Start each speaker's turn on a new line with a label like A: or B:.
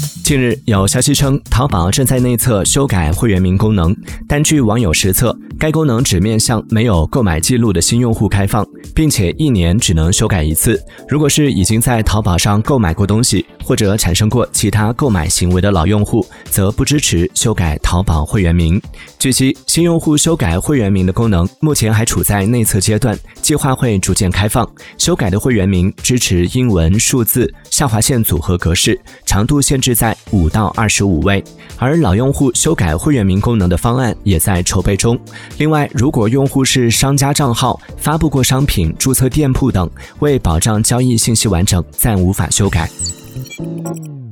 A: 近日有消息称，淘宝正在内测修改会员名功能，但据网友实测，该功能只面向没有购买记录的新用户开放，并且1年只能修改一次。如果是已经在淘宝上购买过东西，或者产生过其他购买行为的老用户，则不支持修改淘宝会员名。据悉，新用户修改会员名的功能目前还处在内测阶段，计划会逐渐开放。修改的会员名支持英文、数字、下划线组合格式，长度限制在5到25位。而老用户修改会员名功能的方案也在筹备中。另外，如果用户是商家账号、发布过商品、注册店铺等，为保障交易信息完整，暂无法修改。